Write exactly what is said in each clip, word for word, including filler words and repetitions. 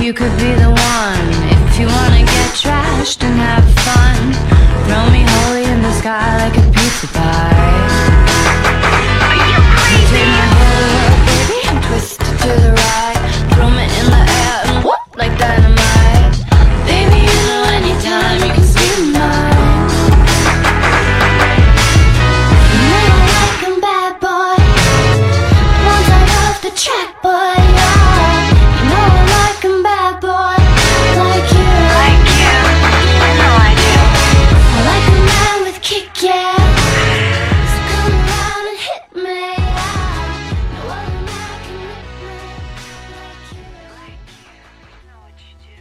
you could be the one. If you wanna get trashed and have fun, throw me holy in the sky like a pizza pie. Take my whole world, baby, and twist it to the right. Throw me in the air and whoop like dynamite. Baby, you know anytime you can see mine. You know I like 'em bad, boy. One side off the track, boy. Yeah. You know I like 'em bad, boy. Like you, like you. I know I do. I like a man with kick, yeah. So come around and hit me. Yeah. No other man can hit me like you, like you. I know what you do.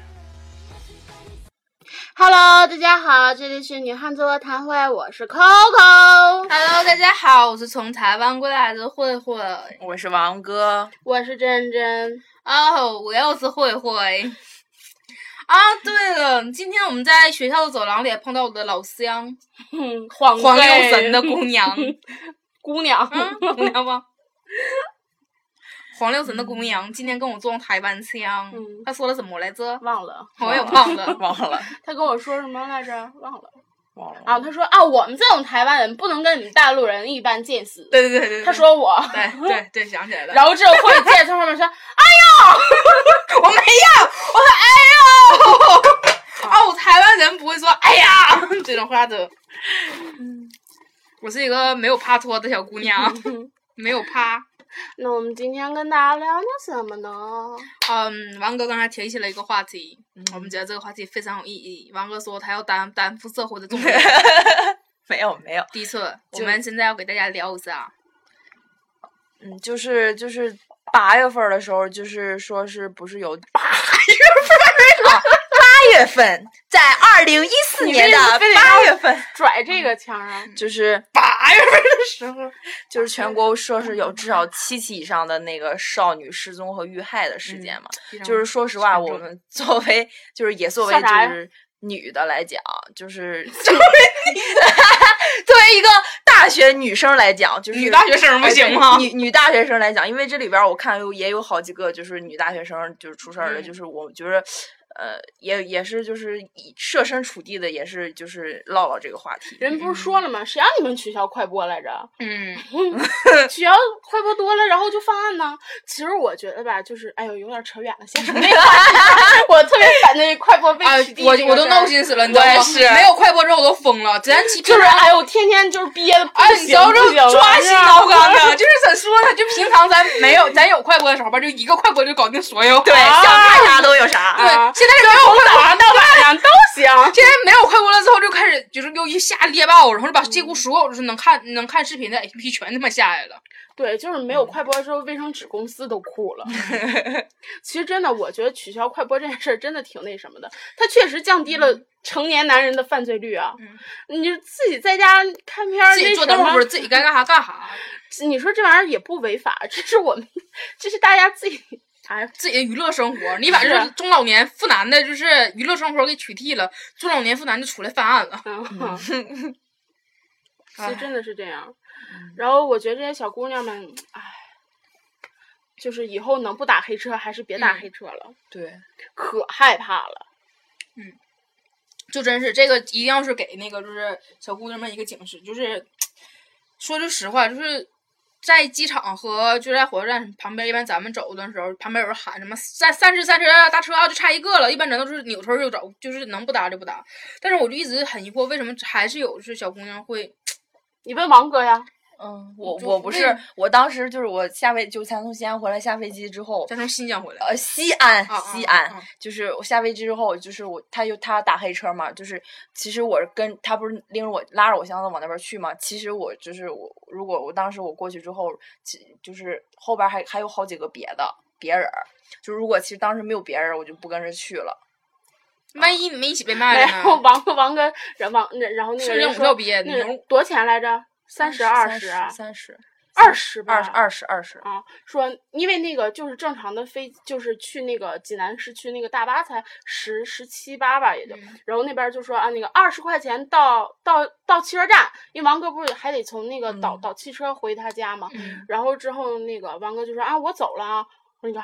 Hello， 大家好，这里是女汉子座谈会，我是 Coco。 Hello， 大家好，我是从台湾过来的慧慧。 我是王哥。 我是珍珍。 哦，我又是慧慧。啊，对了，今天我们在学校的走廊里碰到我的老乡， 黄黄六神的姑娘， 姑娘， 嗯、姑娘吗？黄六神的姑娘今天跟我装台湾腔，嗯、她说了什么来着？ 忘了， 我也忘了， 忘了。 她跟我说什么来着？忘了。 忘了啊，他说啊，我们这种台湾人不能跟你们大陆人一般见识。 对对对对， 他说我， 对对对，想起来了。 然后之后会在这后面说，哎呦， 我没有，我说哎呦，哦，台湾人不会说哎呀这种话的。我是一个没有帕托的小姑娘，没有帕。 那我们今天跟大家聊聊什么呢？ 嗯，王哥刚才提起了一个话题，嗯、我们觉得这个话题非常有意义。王哥说他要担担负社会的重任。 没有没有。 第一次，我们现在要给大家聊一下。 嗯，就是就是八月份的时候，就是说是不是有八月份啊？八月份，在二零一四年的八月份， 拽这个腔啊， 就是八月份的时候，就是全国说是有至少七起以上的那个少女失踪和遇害的事件嘛。嗯、就是说实话，我们作为就是也作为就是女的来讲，就是作为作为一个大学女生来讲，就是女大学生不行吗？ 女女大学生来讲，因为这里边我看有也有好几个就是女大学生就是出事儿了，嗯、就是我觉得。呃，也也是就是设身处地的，也是就是唠唠这个话题。 人不是说了吗？谁让你们取消快播来着？ 嗯， 取消快播多了，然后就犯案呢。其实我觉得吧，就是哎呦，有点扯远了。先说那个，我特别反对快播被取缔、 啊。我我都闹心死了，你知道吗？ 是没有快播之后我都疯了，咱就是哎呦，天天就是憋的， 哎，你知道这抓心挠肝的，就是怎说呢？就平常咱没有咱有快播的时候吧，就一个快播就搞定所有， 对，想干啥都有啥。 对，现在没有快播。 早上到晚上都行。 现在没有快播了之后，就开始就是又一下猎豹，然后就把几乎所有就是能看能看视频的 A P P 全他妈下来了。 对，就是没有快播之后，卫生纸公司都哭了。其实真的，我觉得取消快播这件事儿真的挺那什么的，它确实降低了成年男人的犯罪率啊。嗯、你就自己在家看片儿， 自己做豆腐，自己该干啥干啥。 你说这玩意儿也不违法，这是我们，这是大家自己。 哎，自己的娱乐生活，你把这中老年妇男的，就是娱乐生活给取缔了，中老年妇男就出来犯案了。 嗯、其实真的是这样。然后我觉得这些小姑娘们，哎，就是以后能不打黑车还是别打黑车了。 嗯、对， 可害怕了。 嗯，就真是这个一定要是给那个就是小姑娘们一个警示，就是说句实话，就是。在机场和就在火车站旁边，一般咱们走的时候，旁边有人喊什么三三十三十大车啊，就差一个了。一般人都是扭头就走，就是能不打就不打。但是我就一直很疑惑，为什么还是有是小姑娘会？ 你问王哥呀。 嗯，我我不是，我当时就是我下飞就才从西安回来，下飞机之后， 才从新疆回来。 呃，西安， 啊、 西安， 啊啊、 就是我下飞机之后，就是我他就他打黑车嘛，就是其实我跟他不是拎着我拉着我箱子往那边去嘛，其实我就是我如果我当时我过去之后，就是后边还还有好几个别的别人，就如果其实当时没有别人，我就不跟着去了。 万一你们一起被卖了呢？ 然后王王哥，然后然后那个人说毕业， 那多少钱来着？三十二十啊， 三十， 二十吧， 二十二十二十啊！说因为那个就是正常的飞，就是去那个济南市去那个大巴才十十七八吧，也就，嗯、然后那边就说啊，那个二十块钱到到到汽车站，因为王哥不是还得从那个倒、嗯、倒汽车回他家嘛，嗯、然后之后那个王哥就说啊，我走了啊，我说你干啥去？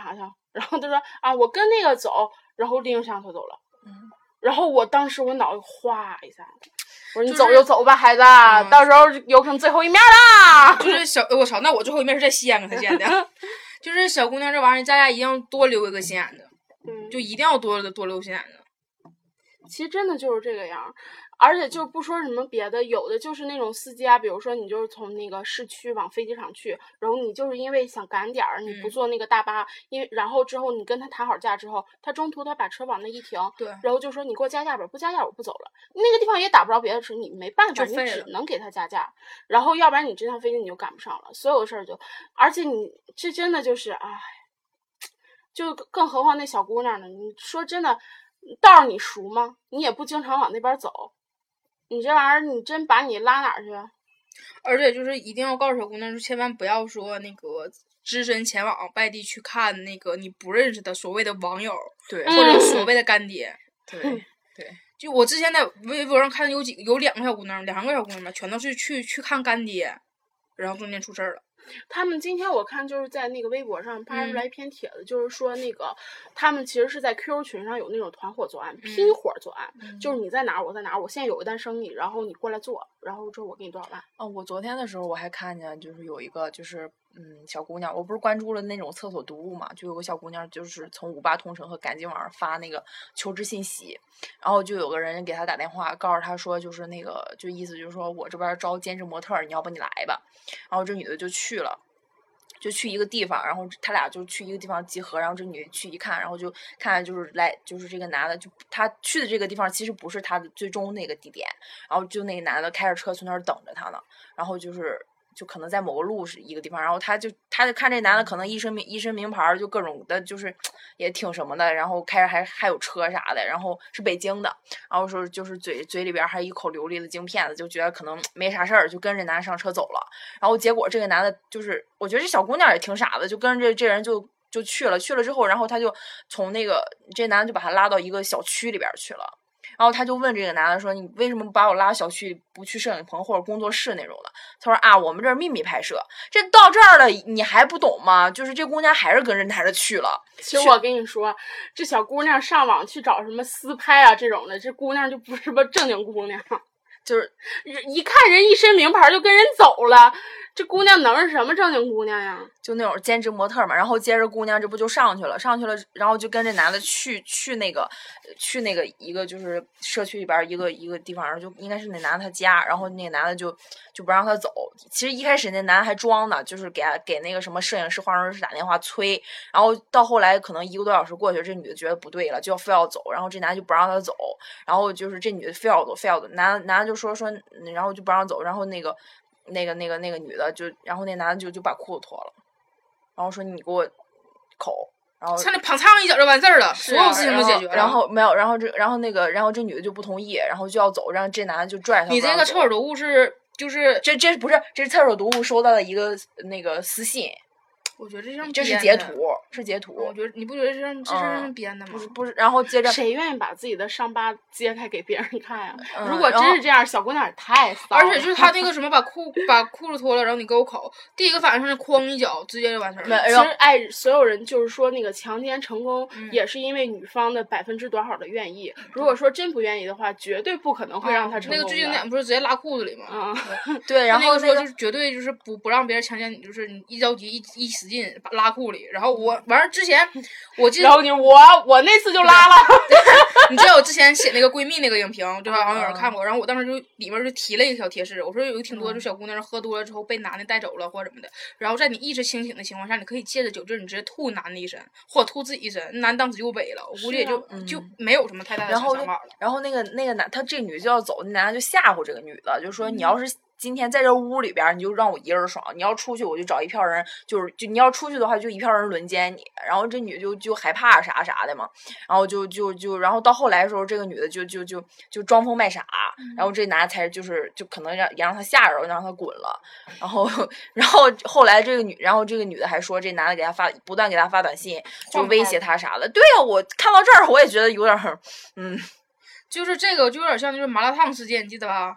然后他说啊，我跟那个走，然后拎着摄像头走了。嗯，然后我当时我脑袋哗一下，我说你走就走吧，孩子，嗯、到时候有可能最后一面啦。 就是小，我操，那我最后一面是在西安跟他见的。就是小姑娘这玩意儿，大家一定要多留一个心眼子，嗯，就一定要多多留心眼子。 其实真的就是这个样，而且就不说什么别的，有的就是那种司机啊，比如说你就是从那个市区往飞机场去，然后你就是因为想赶点儿，你不坐那个大巴，嗯、因为然后之后你跟他谈好价之后，他中途他把车往那一停， 对， 然后就说你给我加价吧，不加价我不走了。那个地方也打不着别的车，你没办法，你只能给他加价，然后要不然你这趟飞机你就赶不上了，所有的事儿就，而且你这真的就是哎，就更何况那小姑娘呢？你说真的。道儿你熟吗？你也不经常往那边走，你这玩意儿你真把你拉哪儿去？ 而且就是一定要告诉小姑娘，就千万不要说那个只身前往外地去看那个你不认识的所谓的网友， 对， 或者所谓的干爹。 对对， 就我之前在微博上看有几个有两个小姑娘，两个小姑娘吧，全都是去去看干爹，然后中间出事儿了。 他们今天我看就是在那个微博上发出来一篇帖子，嗯、就是说那个他们其实是在 Q Q 群上有那种团伙作案、嗯、拼伙作案、嗯，就是你在哪儿我在哪儿，我现在有一单生意，然后你过来做，然后之后我给你多少万。 哦，我昨天的时候我还看见就是有一个就是嗯小姑娘，我不是关注了那种厕所读物嘛，就有个小姑娘就是从五八同城和赶集网上发那个求职信息，然后就有个人给她打电话，告诉她说就是那个就意思就是说我这边招兼职模特，你要不你来吧，然后这女的就去了。就去一个地方，然后他俩就去一个地方集合，然后这女去一看，然后就看就是来就是这个男的，就他去的这个地方其实不是他的最终那个地点，然后就那个男的开着车从那儿等着他呢，然后就是就可能在某个路是一个地方，然后他就他就看这男的可能一身名一身名牌，就各种的就是也挺什么的，然后开着还还有车啥的，然后是北京的，然后说就是嘴嘴里边还一口流利的京片子，就觉得可能没啥事儿，就跟着男的上车走了，然后结果这个男的就是我觉得这小姑娘也挺傻的，就跟着这这人就就去了，去了之后，然后他就从那个这男的就把他拉到一个小区里边去了。然后他就问这个男的说：“你为什么把我拉到小区，不去摄影棚或者工作室那种的？”他说：“啊，我们这儿秘密拍摄。”这到这儿了，你还不懂吗？就是这姑娘还是跟着男的去了。 其实我跟你说，这小姑娘上网去找什么私拍啊这种的，这姑娘就不是什么正经姑娘， 就是一看人一身名牌就跟人走了。这姑娘能是什么正经姑娘呀？ 就那种兼职模特嘛，然后接着姑娘这不就上去了，上去了，然后就跟这男的去去那个去那个一个就是社区里边一个一个地方，然后就应该是那男的他家，然后那个男的就就不让他走。其实一开始那男的还装呢，就是给他给那个什么摄影师、化妆师打电话催，然后到后来可能一个多小时过去，这女的觉得不对了，就要非要走，然后这男的就不让他走，然后就是这女的非要走，非要走，男男的就说说，然后就不让走，然后那个。那个那个那个女的就，然后那男的就就把裤子脱了，然后说你给我口，然后像那砰嚓一脚就完事儿了，所有事情都解决了。 然后没有，然后这然后那个然后这女的就不同意，然后就要走，然后这男的就拽她。 你这个厕所读物是就是这这不是这是厕所读物收到的一个那个私信。 我觉得这像这是截图，是截图。 我觉得你不觉得这是这是编的吗？ 不是不是，然后接着谁愿意把自己的伤疤揭开给别人看呀？嗯、如果真是这样，小姑娘也太骚了。 而且就是他那个什么，把裤把裤子脱了，然后你给我口，第一个反应是哐一脚，直接就完事儿了。 其实哎，所有人就是说那个强奸成功，嗯、也是因为女方的百分之多少的愿意。如果说真不愿意的话，绝对不可能会让他成功、 嗯。那个最经典不是直接拉裤子里吗？ 嗯， 对，然后那个说就是绝对就是不不让别人强奸你，就是你一着急一一使劲把拉裤。然后我完了之前，我记得然后你我我那次就拉了。 你知道我之前写那个闺蜜那个影评，就好像有人看过，然后我当时就里面就提了一个小贴士，我说有挺多就小姑娘喝多了之后被男的带走了或者什么的，然后在你意识清醒的情况下，你可以借着酒劲，你直接吐男的一身，或者吐自己一身，男当时就萎了，我估计也就、啊嗯、就没有什么太大的想法了。 然后那个那个男，他这女就要走，那男的就吓唬这个女的，就说你要是。今天在这屋里边，你就让我一人爽。你要出去，我就找一票人，就是就你要出去的话，就一票人轮奸你。然后这女就就害怕啥啥的嘛，然后就就就然后到后来的时候，这个女的就就就就装疯卖傻，然后这男的才就是就可能让也让他吓着，让他滚了。然后然后后来这个女，然后这个女的还说，这男的给她发不断给她发短信，就威胁她啥的。对呀、啊，我看到这儿，我也觉得有点嗯， 就是这个就有点像就是麻辣烫事件，你记得吧？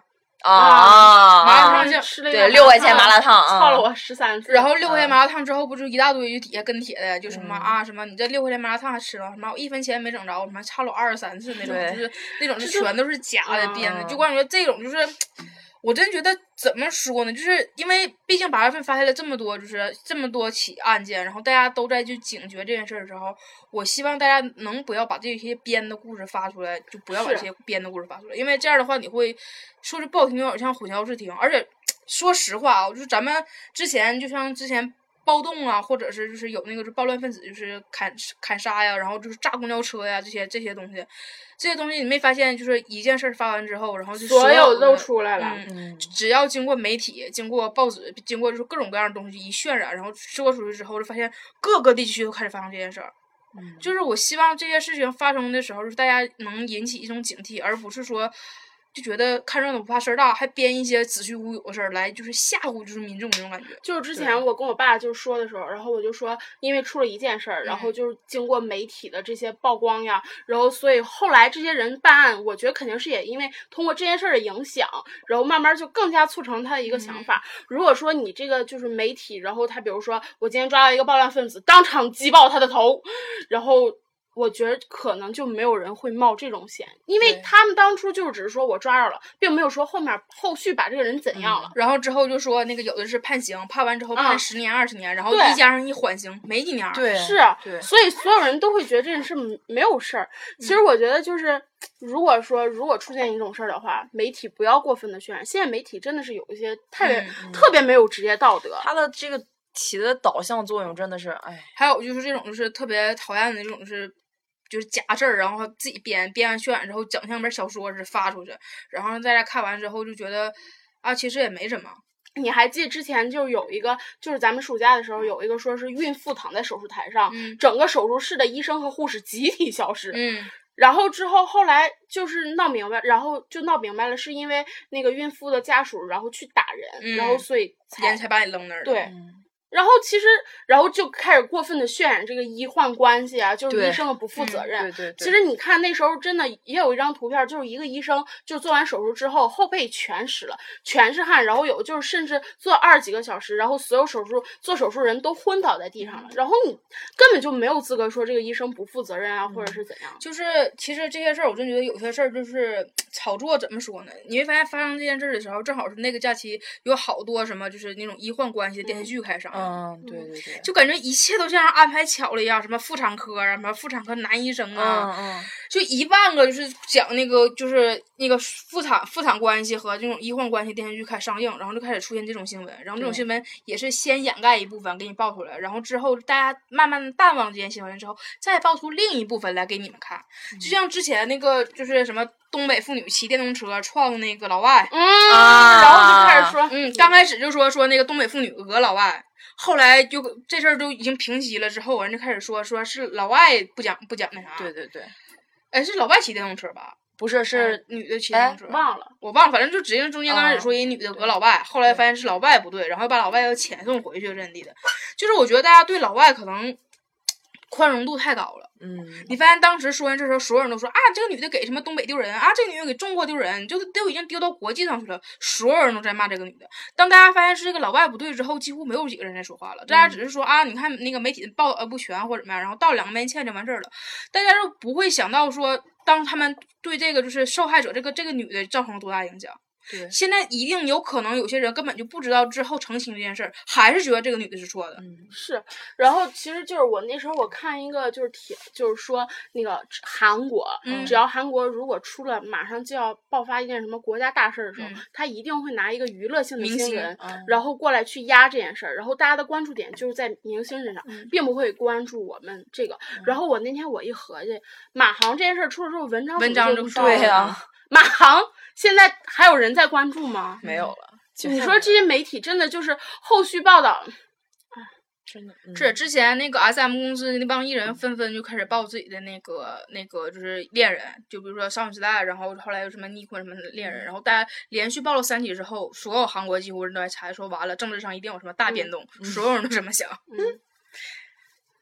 啊， 麻辣烫吃了对六块钱麻辣烫， 操了我十三次。 然后六块钱麻辣烫之后，不就一大堆就底下跟帖的，就什么、 嗯、 啊什么，你这六块钱麻辣烫还吃了什么？我一分钱没整着，什么操了二十三次那种，就是那种是全都是假的编的，就感觉这种就是。我真觉得怎么说呢？就是因为毕竟八月份发现了这么多，就是这么多起案件，然后大家都在就警觉这件事的时候，我希望大家能不要把这些编的故事发出来，就不要把这些编的故事发出来，因为这样的话你会说句不好听，有点像混淆视听。而且说实话啊，就是咱们之前就像之前暴动啊，或者是就是有那个暴乱分子，就是砍砍杀呀，然后就是炸公交车呀，这些这些东西。这些东西你没发现，就是一件事发完之后，然后就所有都出来了。 嗯，只要经过媒体、经过报纸、经过就是各种各样的东西一渲染，然后说出去之后，就发现各个地区都开始发生这件事儿。 嗯， 就是我希望这些事情发生的时候，就是大家能引起一种警惕，而不是说就觉得看热闹不怕事儿大，还编一些子虚乌有的事儿来，就是吓唬就是民众那种感觉。 就是之前我跟我爸就是说的时候，然后我就说，因为出了一件事儿，然后就是经过媒体的这些曝光呀，然后所以后来这些人办案，我觉得肯定是也因为通过这件事儿的影响，然后慢慢就更加促成他的一个想法。嗯、如果说你这个就是媒体，然后他比如说我今天抓到一个暴乱分子，当场击爆他的头，然后。我觉得可能就没有人会冒这种险，因为他们当初就是只是说我抓着了，并没有说后面后续把这个人怎样了。 嗯、然后之后就说那个有的是判刑，判完之后判十年、二十、嗯、年，然后一加上一缓刑，没几年。 对， 是，所以所有人都会觉得这件事没有事儿。其实我觉得就是，如果说如果出现一种事儿的话，媒体不要过分的渲染。现在媒体真的是有一些特别、嗯、特别没有职业道德。 他的这个起的导向作用真的是，哎。 还有就是这种就是特别讨厌的那种就是。就是假事儿，然后自己编编完渲染之后，整像本小说似的发出去，然后大家看完之后就觉得啊，其实也没什么。 你还记得之前就有一个，就是咱们暑假的时候有一个说是孕妇躺在手术台上， 嗯、 整个手术室的医生和护士集体消失。 嗯， 然后之后后来就是闹明白，然后就闹明白了，是因为那个孕妇的家属然后去打人， 嗯、 然后所以才人才把你扔那儿。 对。 嗯然后其实，然后就开始过分的渲染这个医患关系啊，就是医生的不负责任。 嗯、对, 对对。 其实你看那时候真的也有一张图片，就是一个医生就做完手术之后后背全湿了，全是汗，然后有就是甚至做二十几个小时，然后所有手术做手术人都昏倒在地上了，然后你根本就没有资格说这个医生不负责任啊，或者是怎样。 就是其实这些事儿，我真觉得有些事儿就是炒作，怎么说呢？你会发现发生这件事的时候，正好是那个假期有好多什么就是那种医患关系的电视剧开始上。 嗯嗯，对对对， 就感觉一切都像安排巧了一样，什么妇产科啊，什么妇产科男医生啊，嗯嗯， 就一万个就是讲那个就是那个妇产妇产关系和这种医患关系电视剧开始上映，然后就开始出现这种新闻，然后这种新闻也是先掩盖一部分给你爆出来，然后之后大家慢慢淡忘这件新闻之后，再爆出另一部分来给你们看， 嗯、 就像之前那个就是什么东北妇女骑电动车撞那个老外， 嗯，啊、然后就开始说， 嗯，刚开始就说说那个东北妇女讹老外。后来就这事儿都已经平息了之后，人就开始说说是老外不讲不讲那啥。 对对对， 哎，是老外骑电动车吧？ 不是，是、 嗯、女的骑电动车。 忘了， 我忘了，反正就指定中间刚开始说一女的讹老外，后来发现是老外不对，然后把老外又遣送回去阵地的。就是我觉得大家对老外可能宽容度太高了。 嗯， 你发现当时说完这时候，所有人都说啊，这个女的给什么东北丢人啊，这个女的给中国丢人，就是都已经丢到国际上去了，所有人都在骂这个女的。当大家发现是这个老外不对之后，几乎没有几个人在说话了，大家只是说啊，你看那个媒体报道不全或者怎么样，然后道两个面欠就完事儿了。大家就不会想到说，当他们对这个就是受害者这个这个女的造成了多大影响。 对， 现在一定有可能有些人根本就不知道之后澄清这件事儿，还是觉得这个女的是错的。 嗯，是。然后其实就是我那时候我看一个就是帖，就是说那个韩国， 嗯、 只要韩国如果出了马上就要爆发一件什么国家大事的时候， 嗯、 他一定会拿一个娱乐性的新闻， 嗯、 然后过来去压这件事儿。然后大家的关注点就是在明星身上， 嗯、 并不会关注我们这个。 嗯、 然后我那天我一合计，马航这件事儿出了之后，文章文章就对啊。 马航现在还有人在关注吗？ 没有了。 你说这些媒体真的就是后续报道， 哎，真的、嗯、 是之前那个 S M 公司那帮艺人纷纷就开始报自己的那个那个就是恋人，就比如说少女时代，然后后来有什么妮坤什么的恋人，然后大家连续报了三起之后，所有韩国几乎人都在猜说完了，政治上一定有什么大变动， 嗯、 所有人都这么想。 嗯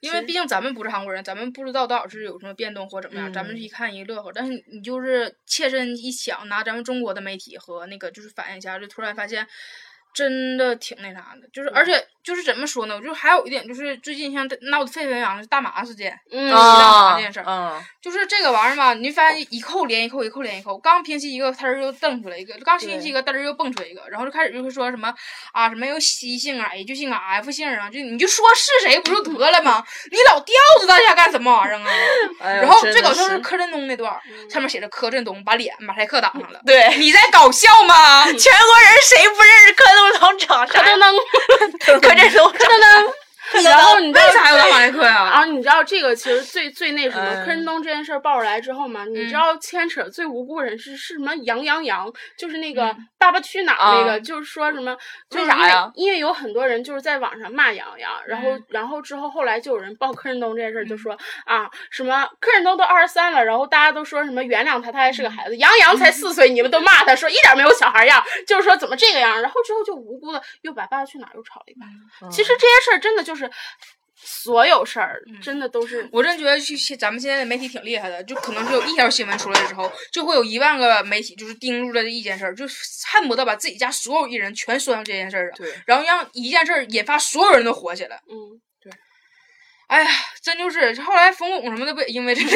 因为毕竟咱们不是韩国人，咱们不知道到底是有什么变动或怎么样， 嗯、 咱们是一看一乐呵。但是你就是切身一想，拿咱们中国的媒体和那个就是反映一下，就突然发现。真的挺那啥的，就是而且就是怎么说呢？我就还有一点就是最近像闹得沸沸扬扬的大麻事件， 嗯， 大麻这件事儿， 嗯， 就是这个玩意儿嘛，你发现一扣连一扣，一扣连一扣，刚平息一个，呲儿又蹬出来一个，刚平息一个，嘚儿又蹦出来一个，然后就开始就会说什么啊什么有 C 姓啊 H 姓啊 F 姓啊，就你就说是谁不就得了吗？你老吊着大家干什么玩意儿啊？ 哎、 然后最搞笑是柯震东那段，上面写着柯震东把脸马赛克挡上了， 对， 你在搞笑吗？ 全国人谁不认识柯震东长啥？ 柯震东， 柯震东， 柯震东。然后你知道为啥要打马赛克呀？ 然后你知道这个其实最最那什么， 嗯、 柯震东这件事爆出来之后嘛，你知道牵扯最无辜人是是什么？杨洋洋，就是那个《爸爸去哪儿》那个， 嗯、 就是说什么？ 为啥呀？ 因为有很多人就是在网上骂杨洋，然后、 嗯、 然后之后后来就有人报柯震东这件事，就说、嗯、啊什么柯震东都二十三了，然后大家都说什么原谅他，他还是个孩子，杨洋才四岁，你们都骂他说一点没有小孩样，就是说怎么这个样，然后之后就无辜的又把《爸爸去哪儿》又炒了一把。嗯、其实这些事儿真的就是。所有事儿真的都是， 嗯、我真觉得去咱们现在的媒体挺厉害的，就可能是有一条新闻出来之后，就会有一万个媒体就是盯住了这一件事儿，就恨不得把自己家所有艺人全拴上这件事儿上， 对， 然后让一件事儿引发所有人都火起来。 嗯， 对。哎呀，真就是后来冯巩什么的不也因为这个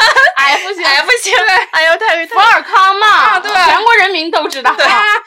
F 型 F 型，哎呦太福尔康嘛， 啊、对， 全国人民都知道。 对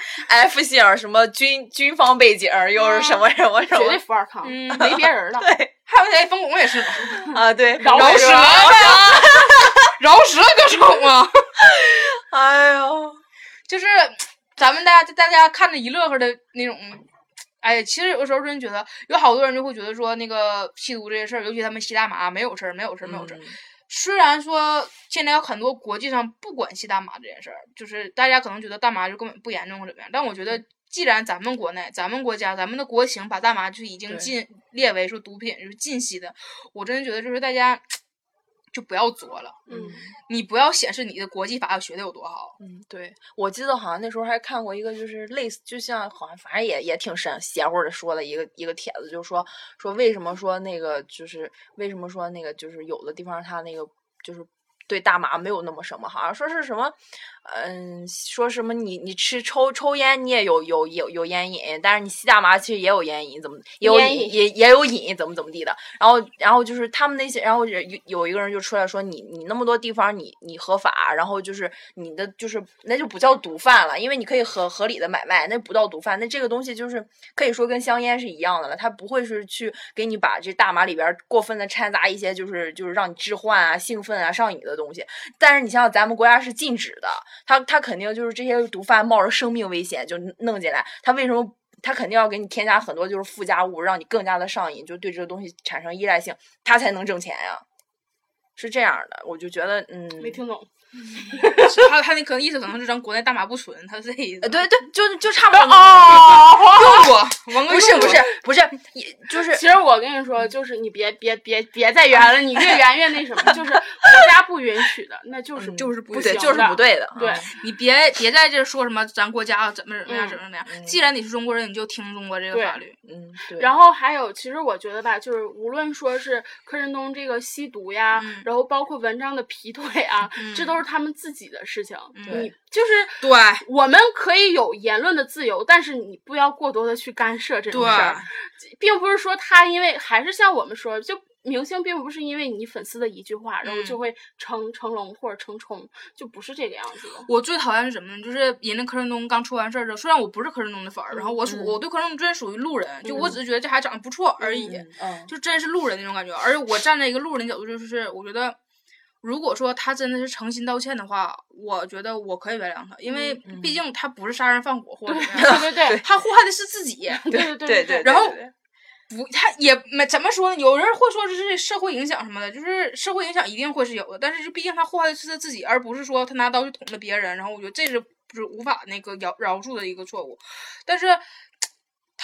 ，F 型什么军军方背景，又是什么什么什么， 绝对福尔康， 嗯， 没别人了。 对。 还有谁？冯巩也是啊，对， 饶舌呗，饶舌歌手嘛。 哎呦， 就是咱们大家大家看着一乐呵的那种，哎，其实有的时候真觉得有好多人就会觉得说那个吸毒这些事儿，尤其他们吸大麻没有事儿，没有事儿，没有事儿。嗯、虽然说现在有很多国际上不管吸大麻这件事儿，就是大家可能觉得大麻就根本不严重或怎么样，但我觉得。既然咱们国内、咱们国家、咱们的国情把大麻就已经禁列为说毒品，就是禁吸的，我真的觉得就是大家就不要作了。 嗯， 你不要显示你的国际法学的有多好。 嗯，对，我记得好像那时候还看过一个，就是类似，就像好像反正也也挺神邪乎的说的一个一个帖子，就是说说为什么说那个就是为什么说那个就是有的地方它那个就是对大麻没有那么什么，好像说是什么。嗯，说什么你你吃抽抽烟你也有有有有烟瘾，但是你吸大麻其实也有烟瘾，怎么也有瘾也也有瘾，怎么怎么地的。然后然后就是他们那些，然后有有一个人就出来说你你那么多地方你你合法，然后就是你的就是那就不叫毒贩了，因为你可以合合理的买卖，那不叫毒贩。那这个东西就是可以说跟香烟是一样的了，它不会是去给你把这大麻里边过分的掺杂一些就是就是让你致幻啊、兴奋啊、上瘾的东西。但是你像咱们国家是禁止的。他他肯定就是这些毒贩冒着生命危险就弄进来，他为什么他肯定要给你添加很多就是附加物，让你更加的上瘾，就对这个东西产生依赖性，他才能挣钱呀，是这样的。我就觉得嗯， 没听懂。 他他那可能意思可能是咱国内大麻不纯，他是这意思。 对对，就就差不多。 哦，用过，王哥不是不是不是，也就是其实我跟你说，就是你别别别别再圆了，你越圆越那什么，就是国家不允许的，那就是嗯、就是不对，就是不对的。 对， 你别别在这说什么咱国家怎么怎么样怎么怎么样。 嗯、 既然你是中国人，你就听中国这个法律。 嗯，对。 然后还有，其实我觉得吧，就是无论说是柯震东这个吸毒呀， 嗯、 然后包括文章的劈腿啊， 嗯、 这都是他们自己的事情。 嗯、 你就是对， 我们可以有言论的自由，但是你不要过多的去干涉这种事儿，并不是说他因为还是像我们说就。明星并不是因为你粉丝的一句话，然后就会成、嗯、成龙或者成冲，就不是这个样子的。 我最讨厌是什么呢？就是人家柯震东刚出完事儿之后，虽然我不是柯震东的粉儿、嗯，然后我属、嗯、我对柯震东真属于路人、嗯，就我只是觉得这孩子长得不错而已， 嗯嗯、 就真是路人那种感觉。而我站在一个路人的角度，就是我觉得，如果说他真的是诚心道歉的话，我觉得我可以原谅他，因为毕竟他不是杀人放火或者怎么样， 对对对， 他祸害的是自己， 对对对对， 然后。不，他也没怎么说呢。有人会说这是社会影响什么的，就是社会影响一定会是有的，但是毕竟他祸害的是他自己，而不是说他拿刀去捅了别人。然后我觉得这是不是无法那个饶饶恕的一个错误。但是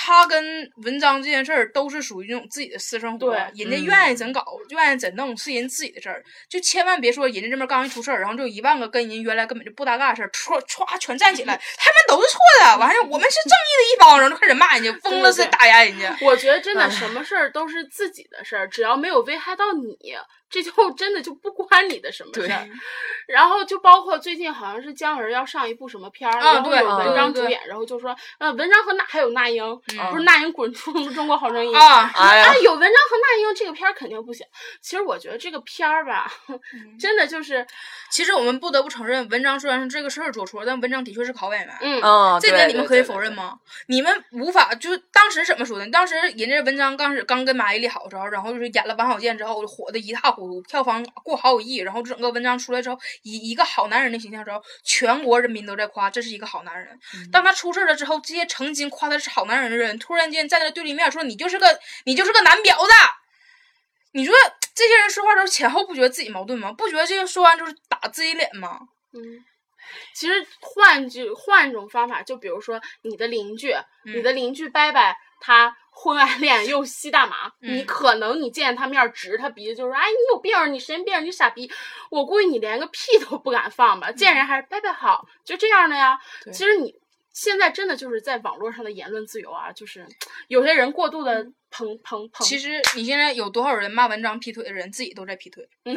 他跟文章这件事儿都是属于那种自己的私生活， 对人家愿意怎搞、嗯、愿意怎弄是人自己的事儿，就千万别说人家这边刚一出事儿，然后就有一万个跟人原来根本就不搭嘎的事儿，唰唰全站起来，他们都是错的，完事我们是正义的一方，然后就开始骂人家，疯了似的打压人家。 我觉得真的什么事儿都是自己的事儿，只要没有危害到你，这就真的就不关你的什么事儿。然后就包括最近好像是姜文要上一部什么片儿， 啊、 然后有文章主演， 对对对然后就说呃文章和那还有那英、嗯，不是那英滚出中国好声音啊， 哎呀，有文章和那英这个片儿肯定不行。其实我觉得这个片儿吧，真的就是， 其实我们不得不承认，文章虽然是这个事儿做错，但文章的确是个好演员。 嗯， 哦、 这点你们可以否认吗？你们无法就是当时怎么说的？当时人家文章刚是刚跟马伊琍好的时候，然后就是演了王小贱之后，火的一塌糊涂，票房过好几亿，然后整个文章出来之后，以一个好男人的形象之后，全国人民都在夸这是一个好男人。嗯、当他出事了之后，这些曾经夸他是好男人的人，突然间站在对立面说你就是个你就是个男婊子。你说这些人说话都是前后不觉得自己矛盾吗？不觉得这些说完就是打自己脸吗？ 嗯，其实换句换一种方法，就比如说你的邻居，嗯、你的邻居伯伯他婚外恋又吸大麻， 嗯、 你可能你见他面直他鼻子就说哎你有病，你神经病，你傻逼，我估计你连个屁都不敢放吧，见人还是伯伯好，就这样的呀。其实你现在真的就是在网络上的言论自由啊，就是有些人过度的捧捧捧。 其实你现在有多少人骂文章劈腿的人自己都在劈腿。嗯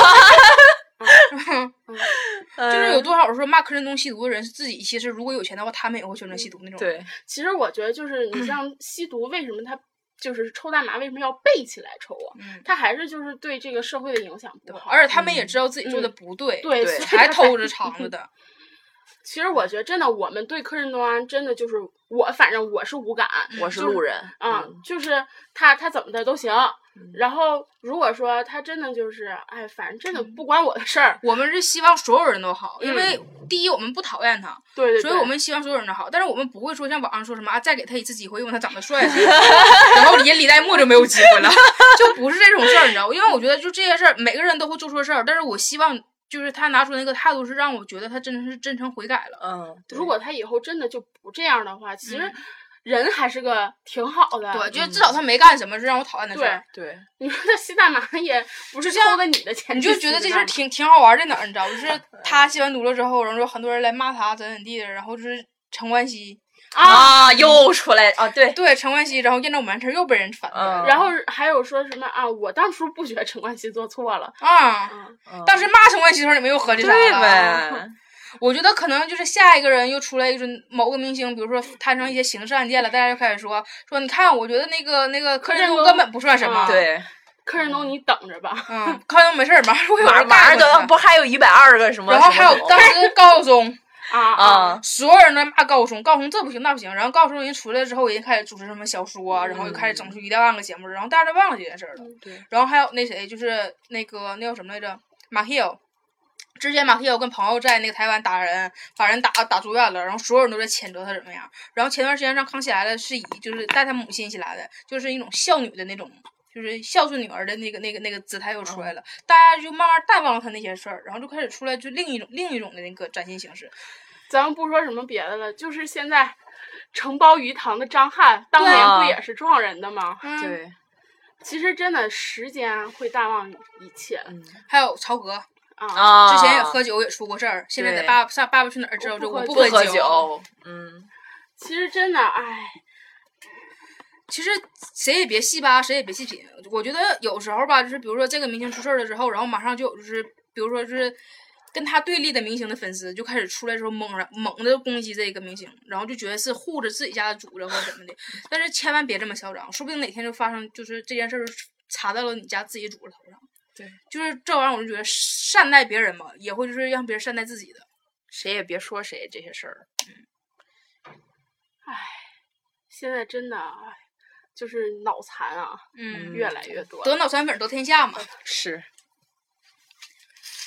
就是有多少说骂柯震东吸毒的人，自己其实如果有钱的话，他们也会选择吸毒那种。 对， 其实我觉得就是你像吸毒，为什么他就是抽大麻，为什么要背起来抽啊？ 嗯， 他还是就是对这个社会的影响不好， 而且他们也知道自己做的不对， 嗯、对， 才偷着藏着的。 其实我觉得真的，我们对柯震东啊，真的就是我，反正我是无感， 我是路人啊、 嗯， 就是他他怎么的都行。嗯、然后如果说他真的就是，哎，反正真的不关我的事儿。 我们是希望所有人都好， 嗯、 因为第一我们不讨厌他， 对对对， 所以我们希望所有人都好。但是我们不会说像网上说什么啊，再给他一次机会，因为他长得帅，然后连李代沫就没有机会了，就不是这种事儿，你知道吗？因为我觉得就这些事儿，每个人都会做错事儿，但是我希望。就是他拿出那个态度，是让我觉得他真的是真诚悔改了。 嗯， 如果他以后真的就不这样的话，其实人还是个挺好的。 对，就至少他没干什么是让我讨厌的事儿。 对， 你说他吸大麻也不是偷的你的钱， 你就觉得这事儿挺挺好玩在哪儿？你知道，就是他吸完毒了之后，然后说很多人来骂他怎怎地的，然后就是陈冠希。 啊， 又出来啊！对对，陈冠希，然后验证完事儿又被人反了、 嗯，然后还有说什么啊？我当初不觉得陈冠希做错了啊、嗯，当时骂陈冠希的时候，你们又合计啥了？ 对呗。 我觉得可能就是下一个人又出来，就是某个明星，比如说摊上一些刑事案件了，大家就开始说说，你看，我觉得那个那个柯震东根本不算什么。 嗯、 对， 柯震东你等着吧。 嗯，柯震东没事儿，马上会有人马上都不还有一百二个什么？ 然后还有当时高晓松。 啊啊！所有人都骂高晓松，高晓松这不行那不行。然后高晓松人出来之后，人开始主持什么小说啊，然后又开始整出一大万个节目，然后大家都忘了这件事儿了。 嗯、对。 然后还有那谁，就是那个那叫什么来着？马 Hill。之前马 Hill 跟朋友在那个台湾打人，把人打打住院了，然后所有人都在谴责他怎么样。然后前段时间上康熙来了，是以就是带他母亲一起来的，就是一种孝女的那种。就是孝顺女儿的那个、那个、那个姿态又出来了，嗯、大家就慢慢淡忘了他那些事儿，然后就开始出来就另一种、另一种的那个崭新形式。 咱们不说什么别的了，就是现在承包鱼塘的张翰，当年不也是撞人的吗？ 嗯、 对， 其实真的时间会淡忘一切。 嗯，还有曹格啊， 之前也喝酒也出过事儿，现在在爸上《爸爸去哪儿》之后就我不喝酒。酒嗯， 其实真的，哎。 其实谁也别细扒，谁也别细品。我觉得有时候吧，就是比如说这个明星出事儿了之后，然后马上就有就是比如说就是跟他对立的明星的粉丝就开始出来之后猛上猛的攻击这个明星，然后就觉得是护着自己家的主子或者怎么的。但是千万别这么嚣张，说不定哪天就发生就是这件事儿查到了你家自己主子头上。 对， 就是这玩意儿，我就觉得善待别人嘛，也会就是让别人善待自己的。 谁也别说谁这些事儿。 嗯，唉，现在真的唉。就是脑残啊， 嗯， 越来越多， 得脑残粉得天下嘛。 是。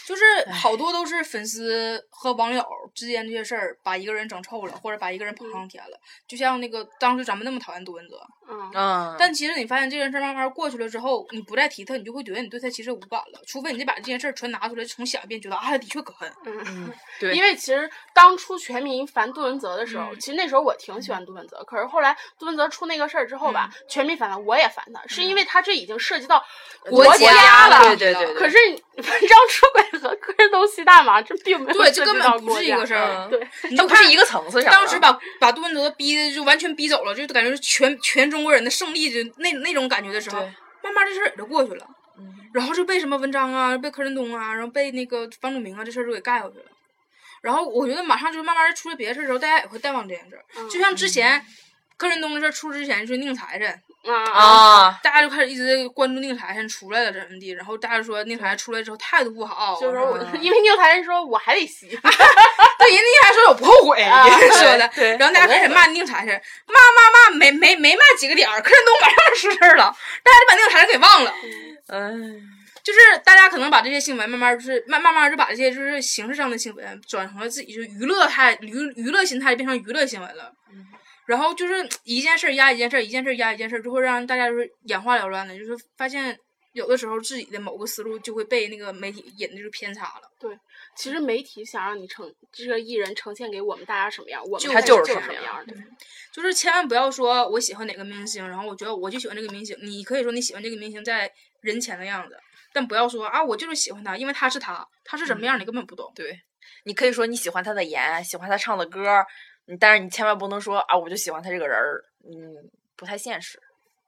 就是好多都是粉丝和网友之间这些事儿，把一个人整臭了，或者把一个人捧上天了。就像那个当时咱们那么讨厌杜文泽， 嗯， 但其实你发现这件事慢慢过去了之后，你不再提他，你就会觉得你对他其实无感了。除非你把这件事全拿出来重想一遍，觉得啊，他的确可恨。 嗯， 对， 因为其实当初全民烦杜文泽的时候， 嗯、 其实那时候我挺喜欢杜文泽，可是后来杜文泽出那个事儿之后吧，嗯、全民烦他，我也烦他，是因为他这已经涉及到国家了。 对对对。 可是文章出轨和个人东西大麻，这并没有对，这根本不是一个事儿。 对， 你就不是一个层次上。 当时把把杜文泽逼的就完全逼走了，就感觉是全全中国人的胜利，就那那种感觉的时候，慢慢这事儿也就过去了。 嗯， 然后就被什么文章啊，被柯震东啊，然后被那个房祖名啊，这事儿就给盖过去了。然后我觉得马上就是慢慢出了别的事儿之后，大家也会淡忘这件事儿。 嗯、 就像之前、嗯、柯震东的事儿出之前，就是宁财神。 啊！ 大家就开始一直在关注宁财神出来了怎么地，然后大家说宁财神出来之后态度不好， 就是说我，因为宁财神说我还得洗， 对，人宁财神说我不后悔， 啊、 说的，然后大家开始骂宁财神，骂骂骂，没没没骂几个点儿，柯震东马上就出事儿了，大家就把宁财神给忘了， 嗯， 就是大家可能把这些新闻慢慢就是慢慢慢就把这些就是形式上的新闻转成了自己就是娱乐态娱娱乐心态变成娱乐新闻了。 嗯， 然后就是一件事压一件事，一件事压一件事，就会让大家就是眼花缭乱的，就是发现有的时候自己的某个思路就会被那个媒体引的就偏差了。 对，其实媒体想让你呈这个艺人呈现给我们大家什么样，我们他就是什么样的。 就是千万不要说我喜欢哪个明星，然后我觉得我就喜欢这个明星。你可以说你喜欢这个明星在人前的样子，但不要说啊我就是喜欢他，因为他是他，他是什么样、嗯、你根本不懂。 对，你可以说你喜欢他的颜，喜欢他唱的歌。但是你千万不能说啊，我就喜欢他这个人儿，嗯，不太现实。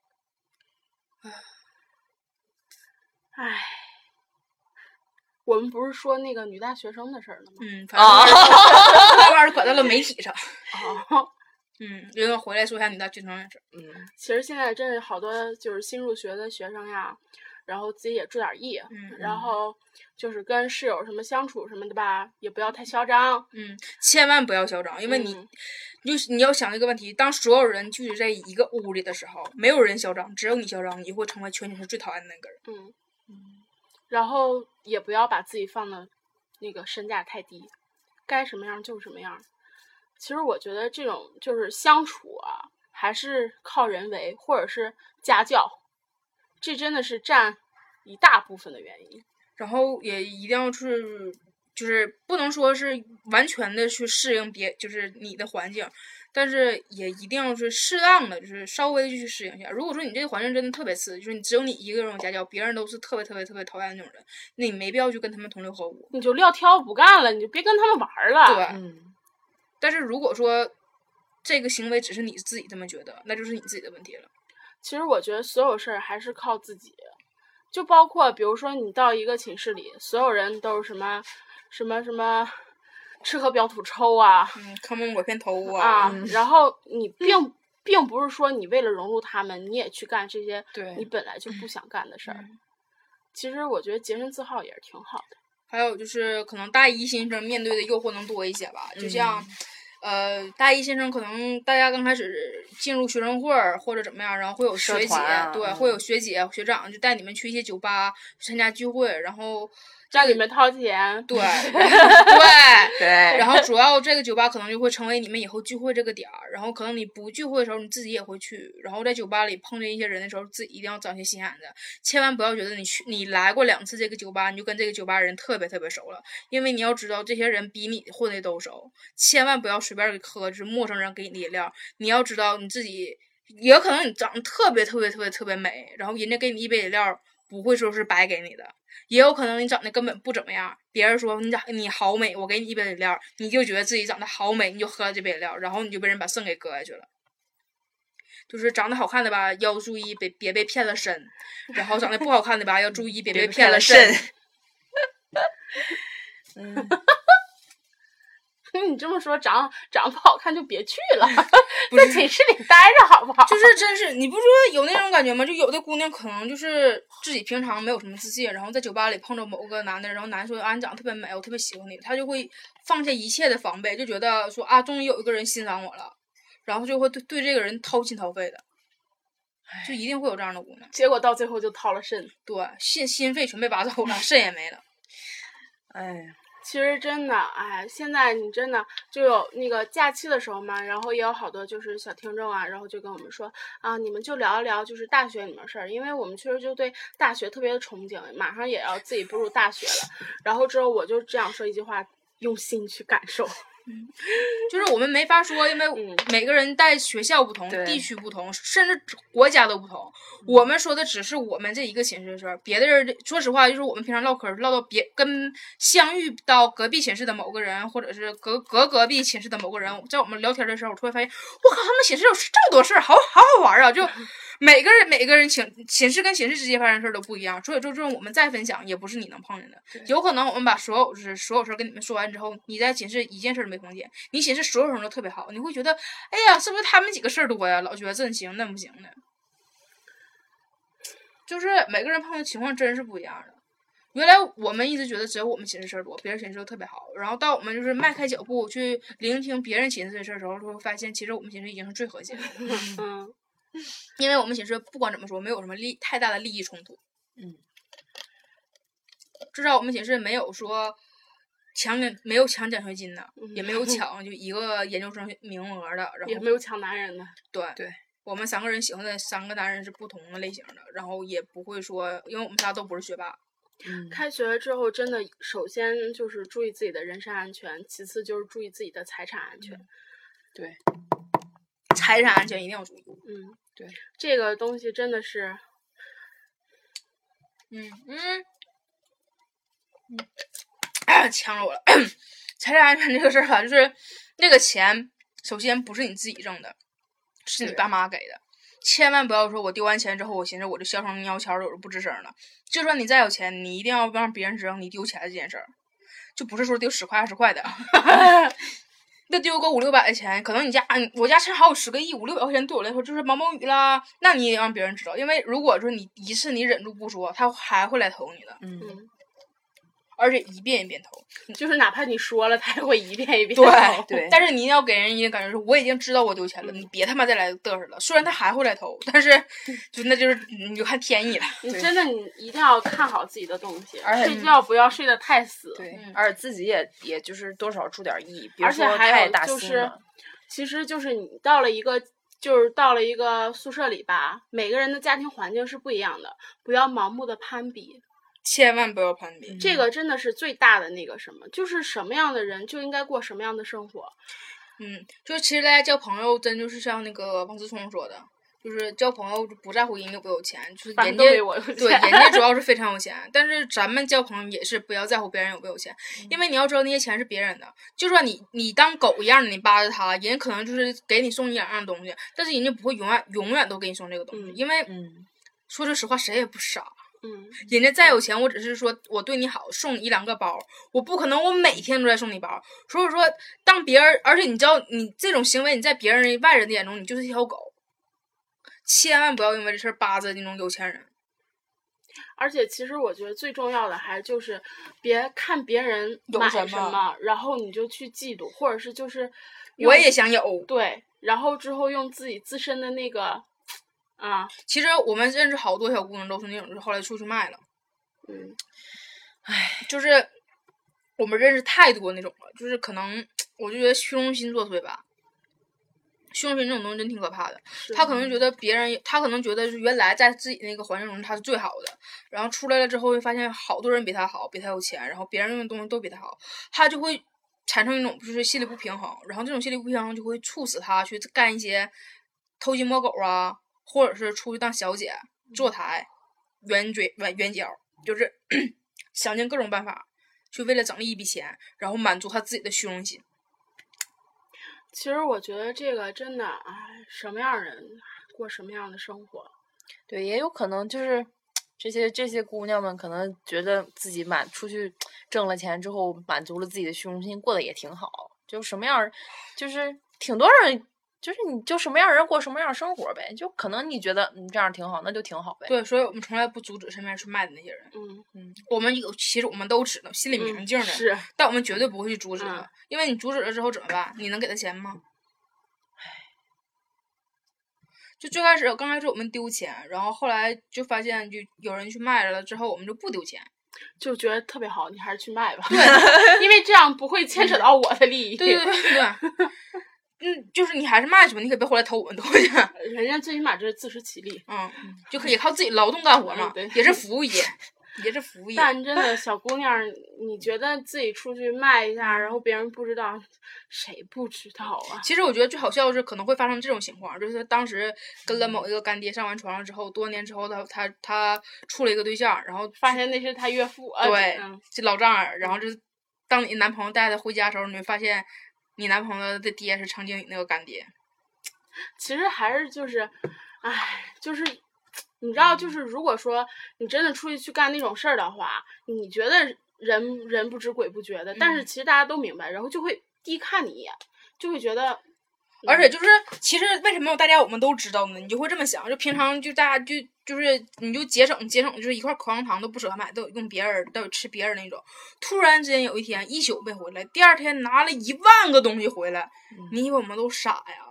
唉，我们不是说那个女大学生的事儿了吗？ 嗯，反正慢慢拐到了媒体上。 哦， 嗯，因为回来说一下女大学生的事儿。 嗯，其实现在真是好多就是新入学的学生呀。然后自己也注点意， 嗯， 然后就是跟室友什么相处什么的吧，也不要太嚣张， 嗯，千万不要嚣张，因为你，嗯、你就你要想一个问题，当所有人聚集在一个屋里的时候，没有人嚣张，只有你嚣张，你会成为全寝室最讨厌的那个人， 嗯嗯，然后也不要把自己放的那个身价太低，该什么样就什么样。其实我觉得这种就是相处啊，还是靠人为或者是家教。这真的是占一大部分的原因， 然后也一定要是，就是不能说是完全的去适应别，就是你的环境，但是也一定要是适当的，就是稍微去适应一下。如果说你这个环境真的特别次，就是你只有你一个人有家教，别人都是特别特别特别讨厌的那种人，那你没必要去跟他们同流合污， 你就撂挑不干了，你就别跟他们玩了。 对， 嗯。 但是如果说这个行为只是你自己这么觉得，那就是你自己的问题了。 其实我觉得所有事儿还是靠自己，就包括比如说你到一个寝室里，所有人都是什么什么什么吃喝嫖赌抽啊， 嗯，坑蒙拐骗偷啊， 啊，然后你并、嗯、并不是说你为了融入他们，你也去干这些你本来就不想干的事儿。 嗯、 其实我觉得洁身自好也是挺好的。 还有就是可能大一新生面对的诱惑能多一些吧，就像。嗯呃，大一新生可能大家刚开始进入学生会或者怎么样，然后会有学姐， 啊、 对，会有学姐、学长就带你们去一些酒吧参加聚会，然后让你们掏钱， 对，对对， 然后主要这个酒吧可能就会成为你们以后聚会这个点儿，然后可能你不聚会的时候你自己也会去，然后在酒吧里碰见一些人的时候，自己一定要长些心眼子，千万不要觉得你去你来过两次这个酒吧，你就跟这个酒吧人特别特别熟了，因为你要知道这些人比你混的都熟，千万不要随便给喝，就是陌生人给你的饮料，你要知道你自己也可能你长得特别特别特别特别美，然后人家给你一杯饮料不会说是白给你的，也有可能你长得根本不怎么样，别人说你长你好美，我给你一杯饮料，你就觉得自己长得好美，你就喝了这杯饮料，然后你就被人把肾给割下去了。就是长得好看的吧，要注意别别被骗了身，然后长得不好看的吧，要注意别被骗了肾。 嗯。 你这么说，长长不好看就别去了，在寝室里待着好不好？ 就是真是，你不是说有那种感觉吗？就有的姑娘可能就是自己平常没有什么自信，然后在酒吧里碰着某个男的，然后男的说啊你长得特别美，我特别喜欢你，她就会放下一切的防备，就觉得说啊终于有一个人欣赏我了，然后就会对对这个人掏心掏肺的，就一定会有这样的姑娘。 结果到最后就掏了肾， 对，心心肺全被拔走了，肾也没了。 哎。 其实真的，哎，现在你真的就有那个假期的时候嘛，然后也有好多就是小听众啊，然后就跟我们说啊，你们就聊一聊就是大学里面事儿，因为我们确实就对大学特别的憧憬，马上也要自己步入大学了。然后之后我就这样说一句话，用心去感受。 嗯，就是我们没法说，因为每个人在学校不同、 嗯、 地区不同，甚至国家都不同。我们说的只是我们这一个寝室的事儿，别的人说实话，就是我们平常唠嗑唠到别跟相遇到隔壁寝室的某个人，或者是隔隔隔壁寝室的某个人，在我们聊天的时候，我突然发现，我靠，他们寝室有这么多事儿，好好好玩啊！就每个人每个人寝寝室跟寝室之间发生的事儿都不一样，所以就这种我们再分享，也不是你能碰见的。有可能我们把所有就是所有事儿跟你们说完之后，你在寝室一件事儿都没碰见，你寝室所有人都特别好，你会觉得，哎呀，是不是他们几个事儿多呀？老觉得这行那不行的。就是每个人碰的情况真是不一样的。原来我们一直觉得只有我们寝室事儿多，别人寝室都特别好。然后到我们就是迈开脚步去聆听别人寝室的事儿的时候，就会发现其实我们寝室已经是最和谐的。 嗯， 因为我们寝室不管怎么说，没有什么利太大的利益冲突。 嗯， 至少我们寝室没有说抢没有抢奖学金的， 嗯、 也没有抢就一个研究生名额的，然后也没有抢男人的。 对对。 我们三个人喜欢的三个男人是不同的类型的，然后也不会说，因为我们仨都不是学霸。 嗯， 开学之后，真的首先就是注意自己的人身安全，其次就是注意自己的财产安全。 嗯、对，财产安全一定要注意。 嗯， 对， 这个东西真的是， 嗯嗯嗯，啊，呛着我了。财产安全这个事儿吧，就是那个钱，首先不是你自己挣的。是你爸妈给的，千万不要说我丢完钱之后，我寻思我就销声匿悄的，我就不吱声了。就算你再有钱，你一定要让别人知道你丢钱这件事儿，就不是说丢十块二十块的，那丢个五六百的钱，可能你家我家正好有十个亿，五六百块钱对我来说就是毛毛雨啦。那你也让别人知道，因为如果说你一次你忍住不说，他还会来投你的。 嗯。 而且一遍一遍投， 就是哪怕你说了，他也会一遍一遍投。 对对，但是你要给人一个感觉是，我已经知道我丢钱了，嗯、你别他妈再来嘚瑟了。虽然他还会来投，但是就那就是你就看天意了。 你真的你一定要看好自己的东西， 而且睡觉不要睡得太死。 对， 嗯、 而且自己也也就是多少注点意， 而且还有就是，其实就是你到了一个。就是到了一个宿舍里吧，每个人的家庭环境是不一样的，不要盲目的攀比。 千万不要攀比， 这个真的是最大的那个什么，就是什么样的人就应该过什么样的生活。 嗯，就是其实大家交朋友，真就是像那个王思聪说的，就是交朋友不在乎人有没有钱，就是人家对人家主要是非常有钱，但是咱们交朋友也是不要在乎别人有没有钱，嗯、因为你要知道那些钱是别人的，就算你你当狗一样的你扒着他，人家可能就是给你送一两样东西，但是人家不会永远永远都给你送这个东西， 嗯、 因为、 嗯、 说句实话，谁也不傻。 嗯， 人家再有钱，我只是说我对你好，送你一两个包，我不可能我每天都在送你包。所以说，当别人，而且你知道，你这种行为，你在别人外人的眼中，你就是一条狗。千万不要因为这事儿巴着那种有钱人。 而且，其实我觉得最重要的还就是别看别人买什么，么然后你就去嫉妒，或者是就是我也想有。 对，然后之后用自己自身的那个。啊， 其实我们认识好多小姑娘都是那种，就是后来出去卖了。 嗯， 唉，就是我们认识太多那种了，就是可能我就觉得虚荣心作祟吧。虚荣心这种东西真挺可怕的。他可能觉得别人，他可能觉得原来在自己那个环境中他是最好的，然后出来了之后会发现好多人比他好，比他有钱，然后别人用的东西都比他好，他就会产生一种就是心理不平衡，然后这种心理不平衡就会促使他去干一些偷鸡摸狗啊。或者是出去当小姐、坐台、圆嘴、圆圆角，就是想尽各种办法，去为了整一笔钱，然后满足他自己的虚荣心。 其实我觉得这个真的，哎，什么样人过什么样的生活。 对，也有可能就是这些这些姑娘们可能觉得自己满出去挣了钱之后，满足了自己的虚荣心，过得也挺好。就什么样，就是挺多人。就是你就什么样人过什么样生活呗，就可能你觉得你这样挺好，那就挺好呗。 对，所以我们从来不阻止身边去卖的那些人。 嗯嗯，我们有其实我们都知道，心里明镜的、 嗯，是， 但我们绝对不会去阻止他， 嗯、 因为你阻止了之后怎么办？你能给他钱吗？唉，就最开始刚开始我们丢钱，然后后来就发现就有人去卖了之后，我们就不丢钱。 就觉得特别好，你还是去卖吧。对，因为这样不会牵扯到我的利益。 对对对对。嗯，就是你还是卖去吧，你可别回来偷我们东西。 人家最起码这是自食其力， 嗯，就可以靠自己劳动干活嘛， 对， 也是服务业，也是服务业。 但真的小姑娘，你觉得自己出去卖一下，然后别人不知道，谁不知道啊？ 其实我觉得最好笑的是，可能会发生这种情况，就是当时跟了某一个干爹上完床上之后，多年之后他他他处了一个对象，然后发现那是他岳父， 对， 嗯、 这老丈人，然后就是当你男朋友带他回家的时候，你会发现。你男朋友的爹是曾经你那个干爹， 其实还是就是，唉，就是你知道，就是如果说你真的出去去干那种事儿的话，你觉得人人不知鬼不觉的，但是其实大家都明白，然后就会低看你一眼，就会觉得。 而且就是，其实为什么大家我们都知道呢？你就会这么想，就平常就大家就就是你就节省节省，就是一块口香糖都不舍得买，都有用别人都有吃别人那种。突然之间有一天一宿没回来，第二天拿了一万个东西回来，嗯、你以为我们都傻呀？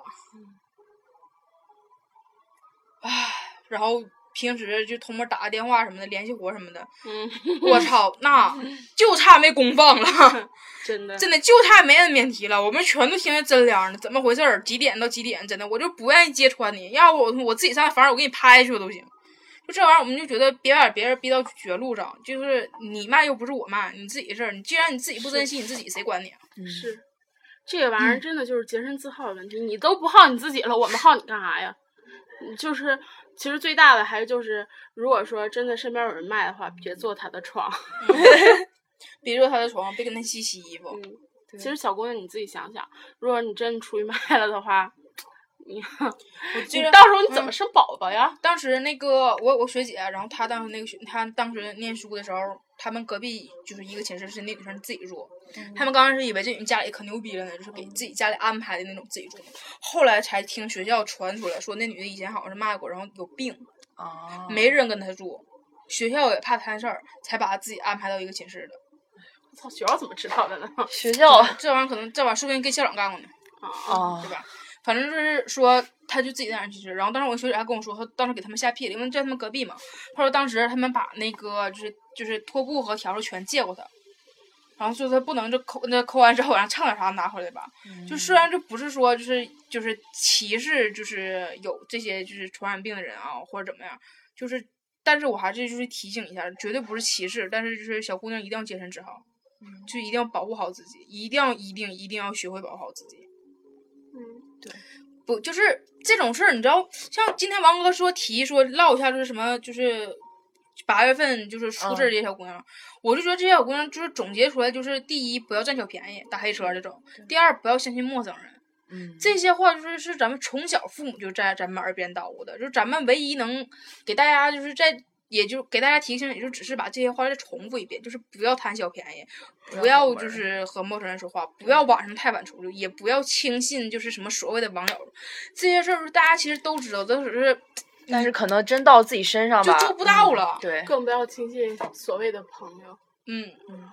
唉、嗯，然后平时就偷摸打个电话什么的，联系活什么的。 嗯， 我操，那就差没公放了。 真的， 真的就差没摁免提了，我们全都听着真凉的，怎么回事儿？几点到几点？真的，我就不愿意揭穿你，要不我我自己上房我给你拍去都行。就这玩意儿，我们就觉得别把别人逼到绝路上，就是你卖又不是我卖，你自己的事儿，你既然你自己不珍惜你自己，谁管你啊？ 是，这个玩意儿真的就是洁身自好的问题，嗯、你都不好你自己了，我们好你干啥呀？就是其实最大的还是就是，如果说真的身边有人卖的话，别坐他的床。 别坐他的床，别跟他洗洗衣服。 嗯，其实小姑娘你自己想想，如果你真出去卖了的话，你我记得到时候你怎么生宝宝呀？ 嗯、当时那个我我学姐，然后她当时那个学，她当时念书的时候，他们隔壁就是一个寝室，是那女生自己住。嗯、他们刚开始以为这女家里可牛逼了呢，就是给自己家里安排的那种自己住。后来才听学校传出来说，那女的以前好像是卖过，然后有病， 啊， 没人跟她住，学校也怕摊事儿，才把她自己安排到一个寝室的。 操，学校怎么知道的呢？ 学校这玩意儿可能这玩意儿说不定跟校长干过呢， 啊， 对吧？反正就是说，他就自己在那儿去吃。然后当时我学姐还跟我说，他当时给他们吓屁了，因为在他们隔壁嘛。他说当时他们把那个就是就是拖布和笤帚全借过他，然后说他不能就抠那抠完之后，然后唱点啥拿回来吧。嗯、就虽然这不是说就是就是歧视，就是有这些就是传染病的人啊，或者怎么样，就是，但是我还是就是提醒一下，绝对不是歧视，但是就是小姑娘一定要洁身自好。就一定要保护好自己，一定要一定一定要学会保护好自己。 嗯， 对，不就是这种事儿，你知道，像今天王哥说提说唠一下就是什么，就是八月份就是出事这些小姑娘，嗯、我就觉得这些小姑娘就是总结出来就是第一不要占小便宜打黑车这种，第二不要相信陌生人。 嗯， 这些话就是是咱们从小父母就在咱们耳边叨咕的，就是咱们唯一能给大家就是在。也就给大家提醒，也就只是把这些话再重复一遍，就是不要贪小便宜，不要就是和陌生人说话，不要晚上太晚出去，也不要轻信就是什么所谓的网友，这些事儿大家其实都知道，都只是， 但是可能真到自己身上吧， 就做不到了。 嗯、对， 更不要轻信所谓的朋友。 嗯嗯。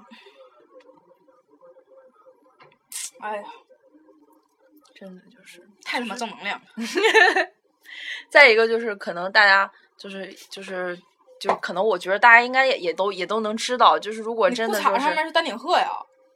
哎呀， 真的就是太他妈正能量了。 再一个就是可能大家就是就是。就可能我觉得大家应该也也都也都能知道，就是如果真的就是上面是丹顶鹤呀，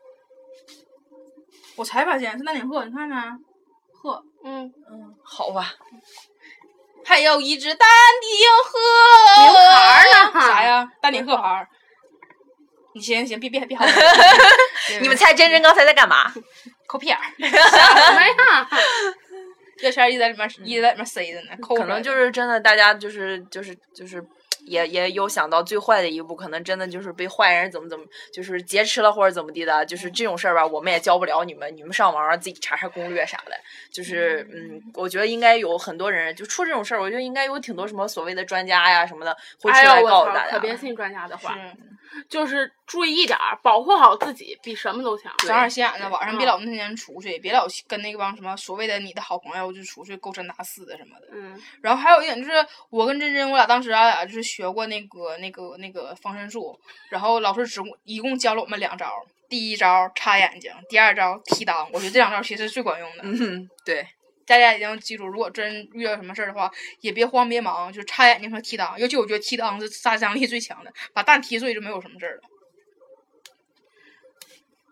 我才发现是丹顶鹤，你看看，鹤， 嗯嗯，好吧， 还有一只丹顶鹤， 名牌呢？ 啥呀？丹顶鹤牌。你行行，别别别好了， 你们猜真真刚才在干嘛？ 抠屁眼儿， 什么呀？ 这圈一直在里面一直在里面塞着呢，抠。 可能就是真的，大家就是就是就是。也也有想到最坏的一步，可能真的就是被坏人怎么怎么，就是劫持了或者怎么地的，就是这种事儿吧，我们也教不了你们，你们上网上自己查查攻略啥的。就是嗯，我觉得应该有很多人就出这种事儿，我觉得应该有挺多什么所谓的专家呀什么的会出来告诉大家。 哎呀，可别信专家的话，就是注意一点儿，保护好自己比什么都强。 长点心眼子，晚上别老那些人出去，嗯、别老跟那帮什么所谓的你的好朋友就出去勾三搭四的什么的。 嗯。然后还有一点就是，我跟珍珍，我俩当时俺俩就是学过那个那个那个防身术，然后老师只一共教了我们两招，第一招插眼睛，第二招踢裆。我觉得这两招其实是最管用的。 嗯，对。 大家一定要记住，如果真遇到什么事儿的话，也别慌别忙，就是插眼睛和踢裆。尤其我觉得踢裆是杀伤力最强的，把蛋踢碎就没有什么事儿了。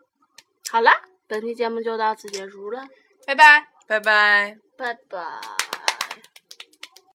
好了，本期节目就到此结束了， 拜拜， 拜拜。 拜拜。